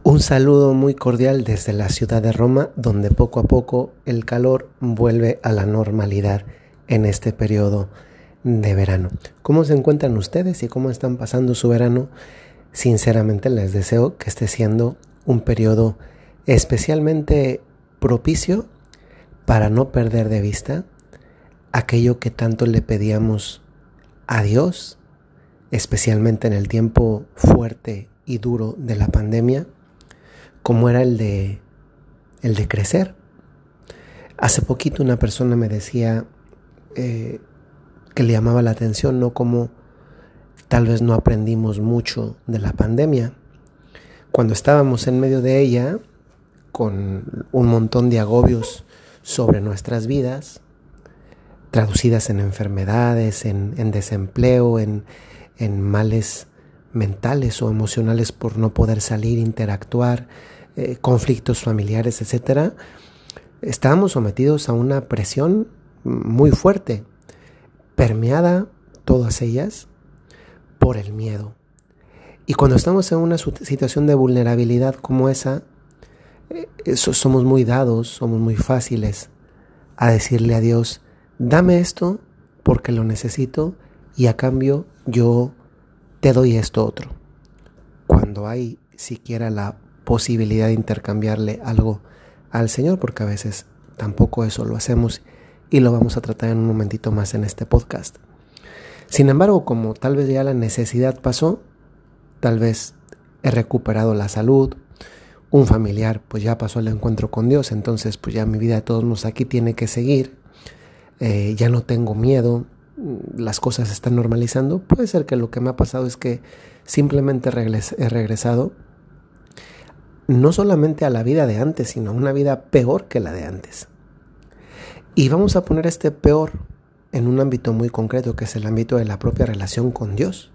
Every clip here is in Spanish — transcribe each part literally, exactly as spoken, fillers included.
Un saludo muy cordial desde la ciudad de Roma, donde poco a poco el calor vuelve a la normalidad en este periodo de verano. ¿Cómo se encuentran ustedes y cómo están pasando su verano? Sinceramente les deseo que esté siendo un periodo especialmente propicio para no perder de vista aquello que tanto le pedíamos a Dios, especialmente en el tiempo fuerte y duro de la pandemia, como era el de, el de crecer. Hace poquito una persona me decía eh, que le llamaba la atención, ¿no? Como tal vez no aprendimos mucho de la pandemia. Cuando estábamos en medio de ella, con un montón de agobios sobre nuestras vidas, traducidas en enfermedades, en, en desempleo, en, en males mentales o emocionales por no poder salir, interactuar, eh, conflictos familiares, etcétera, estábamos sometidos a una presión muy fuerte, permeada todas ellas por el miedo. Y cuando estamos en una situación de vulnerabilidad como esa, eh, eso, somos muy dados, somos muy fáciles a decirle a Dios: dame esto porque lo necesito y a cambio yo te doy esto otro. Cuando hay siquiera la posibilidad de intercambiarle algo al Señor, porque a veces tampoco eso lo hacemos y lo vamos a tratar en un momentito más en este podcast. Sin embargo, como tal vez ya la necesidad pasó, tal vez he recuperado la salud, un familiar pues ya pasó el encuentro con Dios, entonces pues ya mi vida de todos modos aquí tiene que seguir, eh, ya no tengo miedo, las cosas se están normalizando. Puede ser que lo que me ha pasado es que simplemente regres- he regresado no solamente a la vida de antes, sino a una vida peor que la de antes. Y vamos a poner este peor en un ámbito muy concreto, que es el ámbito de la propia relación con Dios.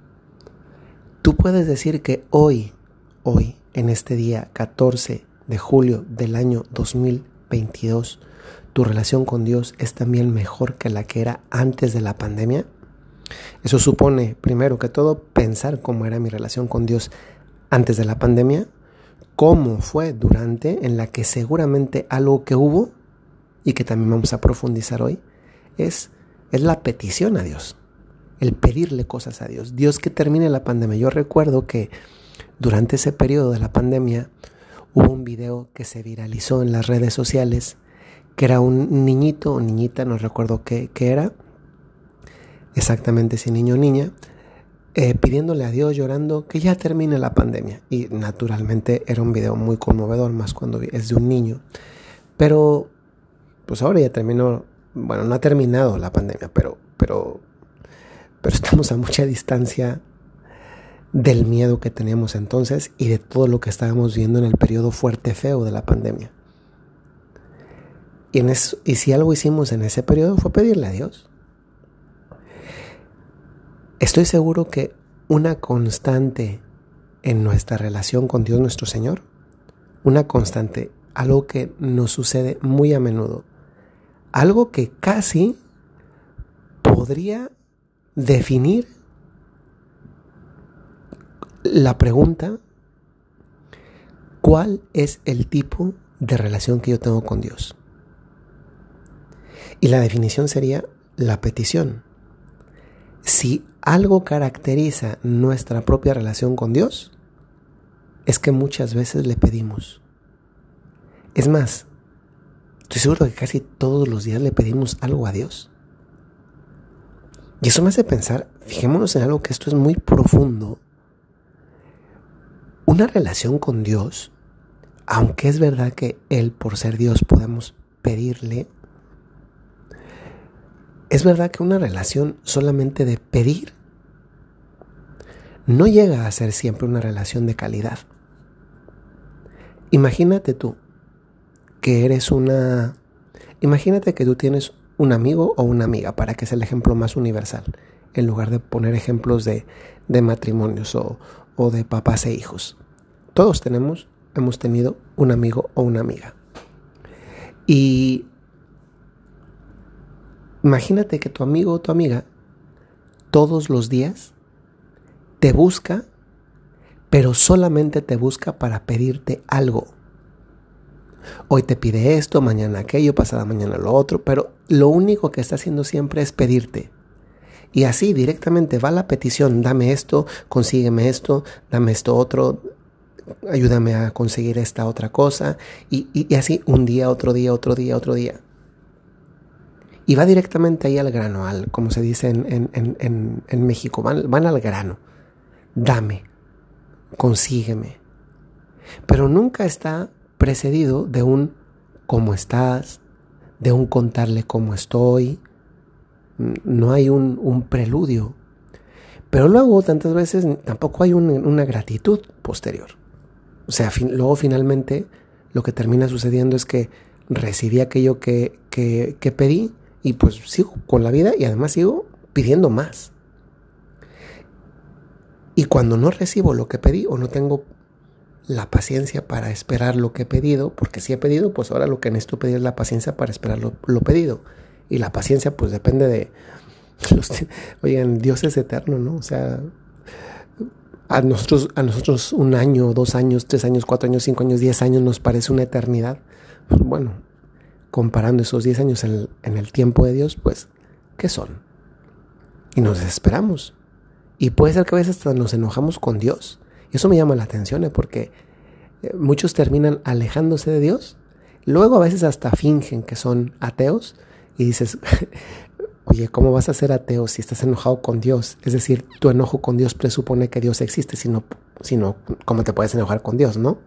Tú puedes decir que hoy, hoy, en este día catorce de julio del año dos mil veintidós, tu relación con Dios es también mejor que la que era antes de la pandemia. Eso supone, primero que todo, pensar cómo era mi relación con Dios antes de la pandemia, cómo fue durante, en la que seguramente algo que hubo y que también vamos a profundizar hoy es, es la petición a Dios, el pedirle cosas a Dios. Dios, que termine la pandemia. Yo recuerdo que durante ese periodo de la pandemia hubo un video que se viralizó en las redes sociales, que era un niñito o niñita, no recuerdo qué, qué era exactamente, si niño o niña, eh, pidiéndole a Dios, llorando, que ya termine la pandemia. Y naturalmente era un video muy conmovedor, más cuando es de un niño. Pero pues ahora ya terminó, bueno, no ha terminado la pandemia, pero, pero, pero estamos a mucha distancia del miedo que teníamos entonces y de todo lo que estábamos viendo en el periodo fuerte, feo de la pandemia. Y, en eso, y si algo hicimos en ese periodo fue pedirle a Dios. Estoy seguro que una constante en nuestra relación con Dios nuestro Señor, una constante, algo que nos sucede muy a menudo, algo que casi podría definir la pregunta: ¿cuál es el tipo de relación que yo tengo con Dios? Y la definición sería la petición. Si algo caracteriza nuestra propia relación con Dios, es que muchas veces le pedimos. Es más, estoy seguro que casi todos los días le pedimos algo a Dios. Y eso me hace pensar, fijémonos en algo que esto es muy profundo. Una relación con Dios, aunque es verdad que Él, por ser Dios, podemos pedirle, es verdad que una relación solamente de pedir no llega a ser siempre una relación de calidad. Imagínate tú que eres una... Imagínate que tú tienes un amigo o una amiga, para que sea el ejemplo más universal, en lugar de poner ejemplos de, de matrimonios o, o de papás e hijos. Todos tenemos, hemos tenido un amigo o una amiga. Y imagínate que tu amigo o tu amiga todos los días te busca pero solamente te busca para pedirte algo. Hoy te pide esto, mañana aquello, pasada mañana lo otro, pero lo único que está haciendo siempre es pedirte. Y así directamente va la petición: dame esto, consígueme esto, dame esto otro, ayúdame a conseguir esta otra cosa. Y, y, y así un día, otro día, otro día, otro día. Y va directamente ahí al grano, al, como se dice en, en, en, en México, van, van al grano. Dame, consígueme. Pero nunca está precedido de un ¿cómo estás?, de un contarle cómo estoy. No hay un, un preludio. Pero luego tantas veces tampoco hay un, una gratitud posterior. O sea, fin, luego finalmente lo que termina sucediendo es que recibí aquello que, que, que pedí y pues sigo con la vida y además sigo pidiendo más. Y cuando no recibo lo que pedí o no tengo la paciencia para esperar lo que he pedido, porque si he pedido, pues ahora lo que necesito pedir es la paciencia para esperar lo, lo pedido. Y la paciencia pues depende de... Los, oigan, Dios es eterno, ¿no? O sea, a nosotros, a nosotros un año, dos años, tres años, cuatro años, cinco años, diez años nos parece una eternidad. Pues bueno, comparando esos diez años en el, en el tiempo de Dios, pues, ¿qué son? Y nos desesperamos. Y puede ser que a veces hasta nos enojamos con Dios. Y eso me llama la atención, ¿eh? Porque muchos terminan alejándose de Dios. Luego a veces hasta fingen que son ateos. Y dices, oye, ¿cómo vas a ser ateo si estás enojado con Dios? Es decir, tu enojo con Dios presupone que Dios existe. Si no, si no, ¿cómo te puedes enojar con Dios, no?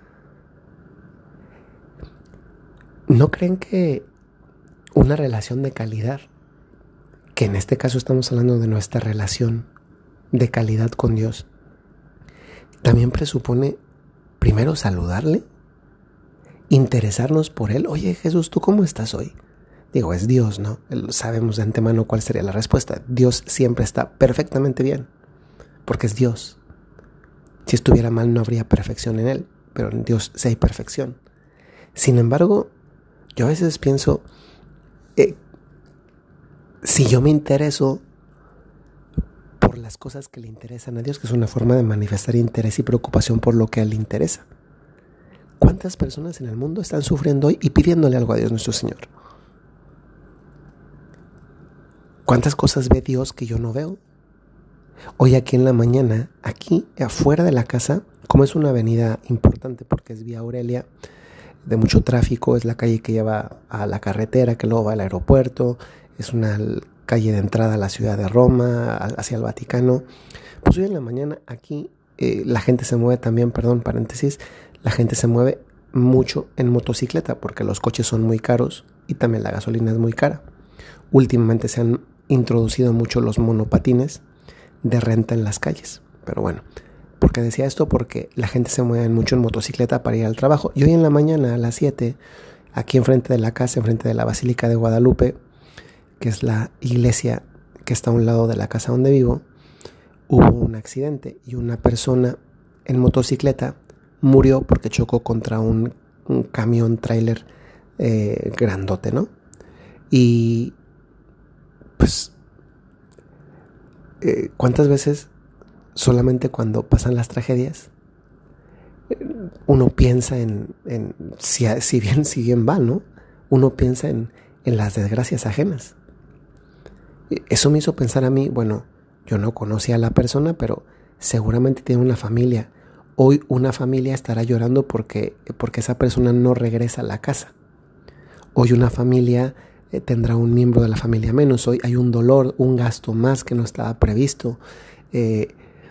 ¿No creen que una relación de calidad, que en este caso estamos hablando de nuestra relación de calidad con Dios, también presupone primero saludarle, interesarnos por Él? Oye, Jesús, ¿tú cómo estás hoy? Digo, es Dios, ¿no? Sabemos de antemano cuál sería la respuesta. Dios siempre está perfectamente bien, porque es Dios. Si estuviera mal no habría perfección en Él, pero en Dios sí hay perfección. Sin embargo, yo a veces pienso, eh, si yo me intereso por las cosas que le interesan a Dios, que es una forma de manifestar interés y preocupación por lo que a Él le interesa, ¿cuántas personas en el mundo están sufriendo hoy y pidiéndole algo a Dios nuestro Señor? ¿Cuántas cosas ve Dios que yo no veo? Hoy aquí en la mañana, aquí afuera de la casa, como es una avenida importante porque es vía Aurelia, de mucho tráfico, es la calle que lleva a la carretera, que luego va al aeropuerto, es una calle de entrada a la ciudad de Roma, hacia el Vaticano. Pues hoy en la mañana aquí eh, la gente se mueve también, perdón, paréntesis, la gente se mueve mucho en motocicleta porque los coches son muy caros y también la gasolina es muy cara. Últimamente se han introducido mucho los monopatines de renta en las calles, pero bueno, ¿por qué decía esto? Porque la gente se mueve mucho en motocicleta para ir al trabajo. Y hoy en la mañana a las siete, aquí enfrente de la casa, enfrente de la Basílica de Guadalupe, que es la iglesia que está a un lado de la casa donde vivo, hubo un accidente y una persona en motocicleta murió porque chocó contra un, un camión tráiler eh, grandote, ¿no? Y pues, eh, ¿cuántas veces solamente cuando pasan las tragedias eh, uno piensa en, en si, si bien si bien va, ¿no? Uno piensa en, en las desgracias ajenas. Eso me hizo pensar a mí, bueno, yo no conocía a la persona, pero seguramente tiene una familia. Hoy una familia estará llorando porque, porque esa persona no regresa a la casa. Hoy una familia eh, tendrá un miembro de la familia menos. Hoy hay un dolor, un gasto más que no estaba previsto. Eh,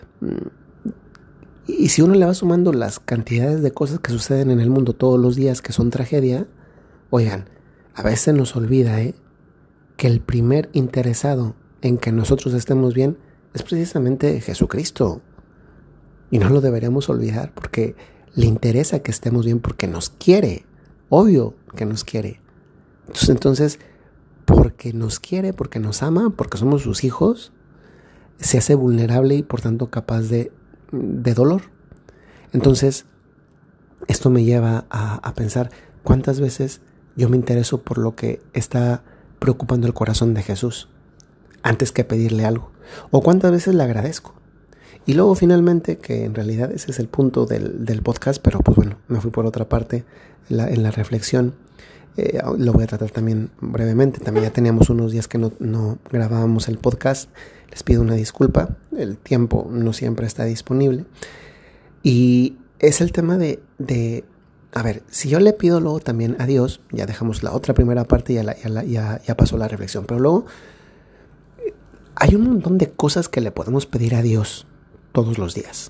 y si uno le va sumando las cantidades de cosas que suceden en el mundo todos los días que son tragedia, oigan, a veces nos olvida, ¿eh? que el primer interesado en que nosotros estemos bien es precisamente Jesucristo. Y no lo deberíamos olvidar porque le interesa que estemos bien porque nos quiere. Obvio que nos quiere. Entonces, entonces, porque nos quiere, porque nos ama, porque somos sus hijos, se hace vulnerable y por tanto capaz de, de dolor. Entonces, esto me lleva a, a pensar cuántas veces yo me intereso por lo que está preocupando el corazón de Jesús antes que pedirle algo, o cuántas veces le agradezco. Y luego finalmente, que en realidad ese es el punto del, del podcast, pero pues bueno, me fui por otra parte en la, en la reflexión. Eh, lo voy a tratar también brevemente. También ya teníamos unos días que no, no grabábamos el podcast. Les pido una disculpa, el tiempo no siempre está disponible. Y es el tema de, de a ver, si yo le pido luego también a Dios, ya dejamos la otra primera parte y ya, la, ya, la, ya, ya pasó la reflexión, pero luego hay un montón de cosas que le podemos pedir a Dios todos los días.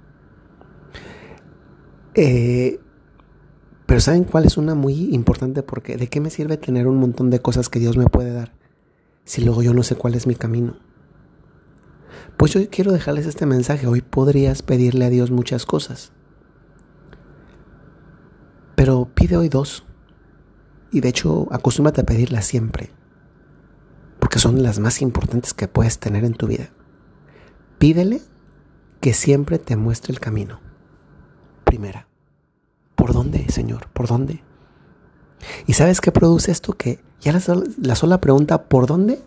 Eh, pero ¿saben cuál es una muy importante? Porque ¿de qué me sirve tener un montón de cosas que Dios me puede dar si luego yo no sé cuál es mi camino? Pues yo quiero dejarles este mensaje. Hoy podrías pedirle a Dios muchas cosas, pero pide hoy dos. Y de hecho, acostúmbrate a pedirlas siempre, porque son las más importantes que puedes tener en tu vida. Pídele que siempre te muestre el camino. Primera, ¿por dónde, Señor? ¿Por dónde? ¿Y sabes qué produce esto? Que ya la sola, la sola pregunta ¿por dónde?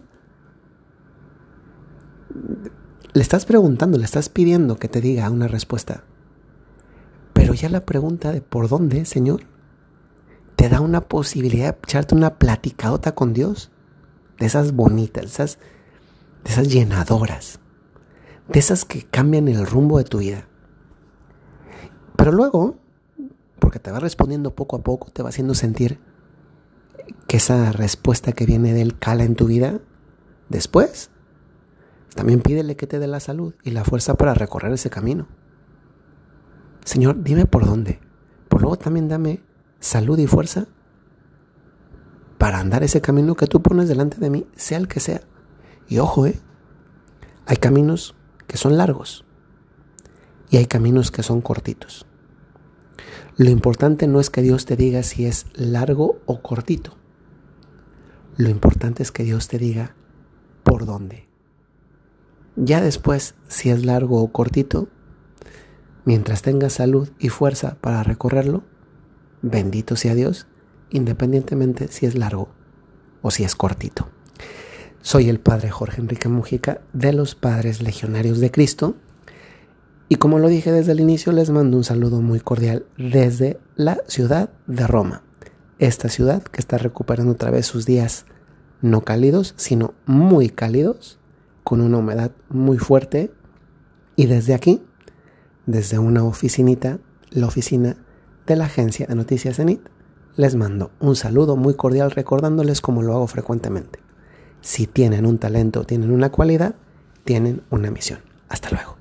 Le estás preguntando, le estás pidiendo que te diga una respuesta. Pero ya la pregunta de ¿por dónde, Señor? Te da una posibilidad de echarte una platicadota con Dios. De esas bonitas, de esas, de esas llenadoras. De esas que cambian el rumbo de tu vida. Pero luego, porque te va respondiendo poco a poco, te va haciendo sentir que esa respuesta que viene de Él cala en tu vida. Después, también pídele que te dé la salud y la fuerza para recorrer ese camino. Señor, dime por dónde. Por luego también dame salud y fuerza para andar ese camino que tú pones delante de mí, sea el que sea. Y ojo, eh, hay caminos que son largos y hay caminos que son cortitos. Lo importante no es que Dios te diga si es largo o cortito. Lo importante es que Dios te diga por dónde. Ya después, si es largo o cortito, mientras tengas salud y fuerza para recorrerlo, bendito sea Dios, independientemente si es largo o si es cortito. Soy el Padre Jorge Enrique Mujica de los Padres Legionarios de Cristo y como lo dije desde el inicio, les mando un saludo muy cordial desde la ciudad de Roma. Esta ciudad que está recuperando otra vez sus días no cálidos, sino muy cálidos, con una humedad muy fuerte. Y desde aquí, desde una oficinita, la oficina de la agencia de noticias Zenit, les mando un saludo muy cordial recordándoles como lo hago frecuentemente. Si tienen un talento, tienen una cualidad, tienen una misión. Hasta luego.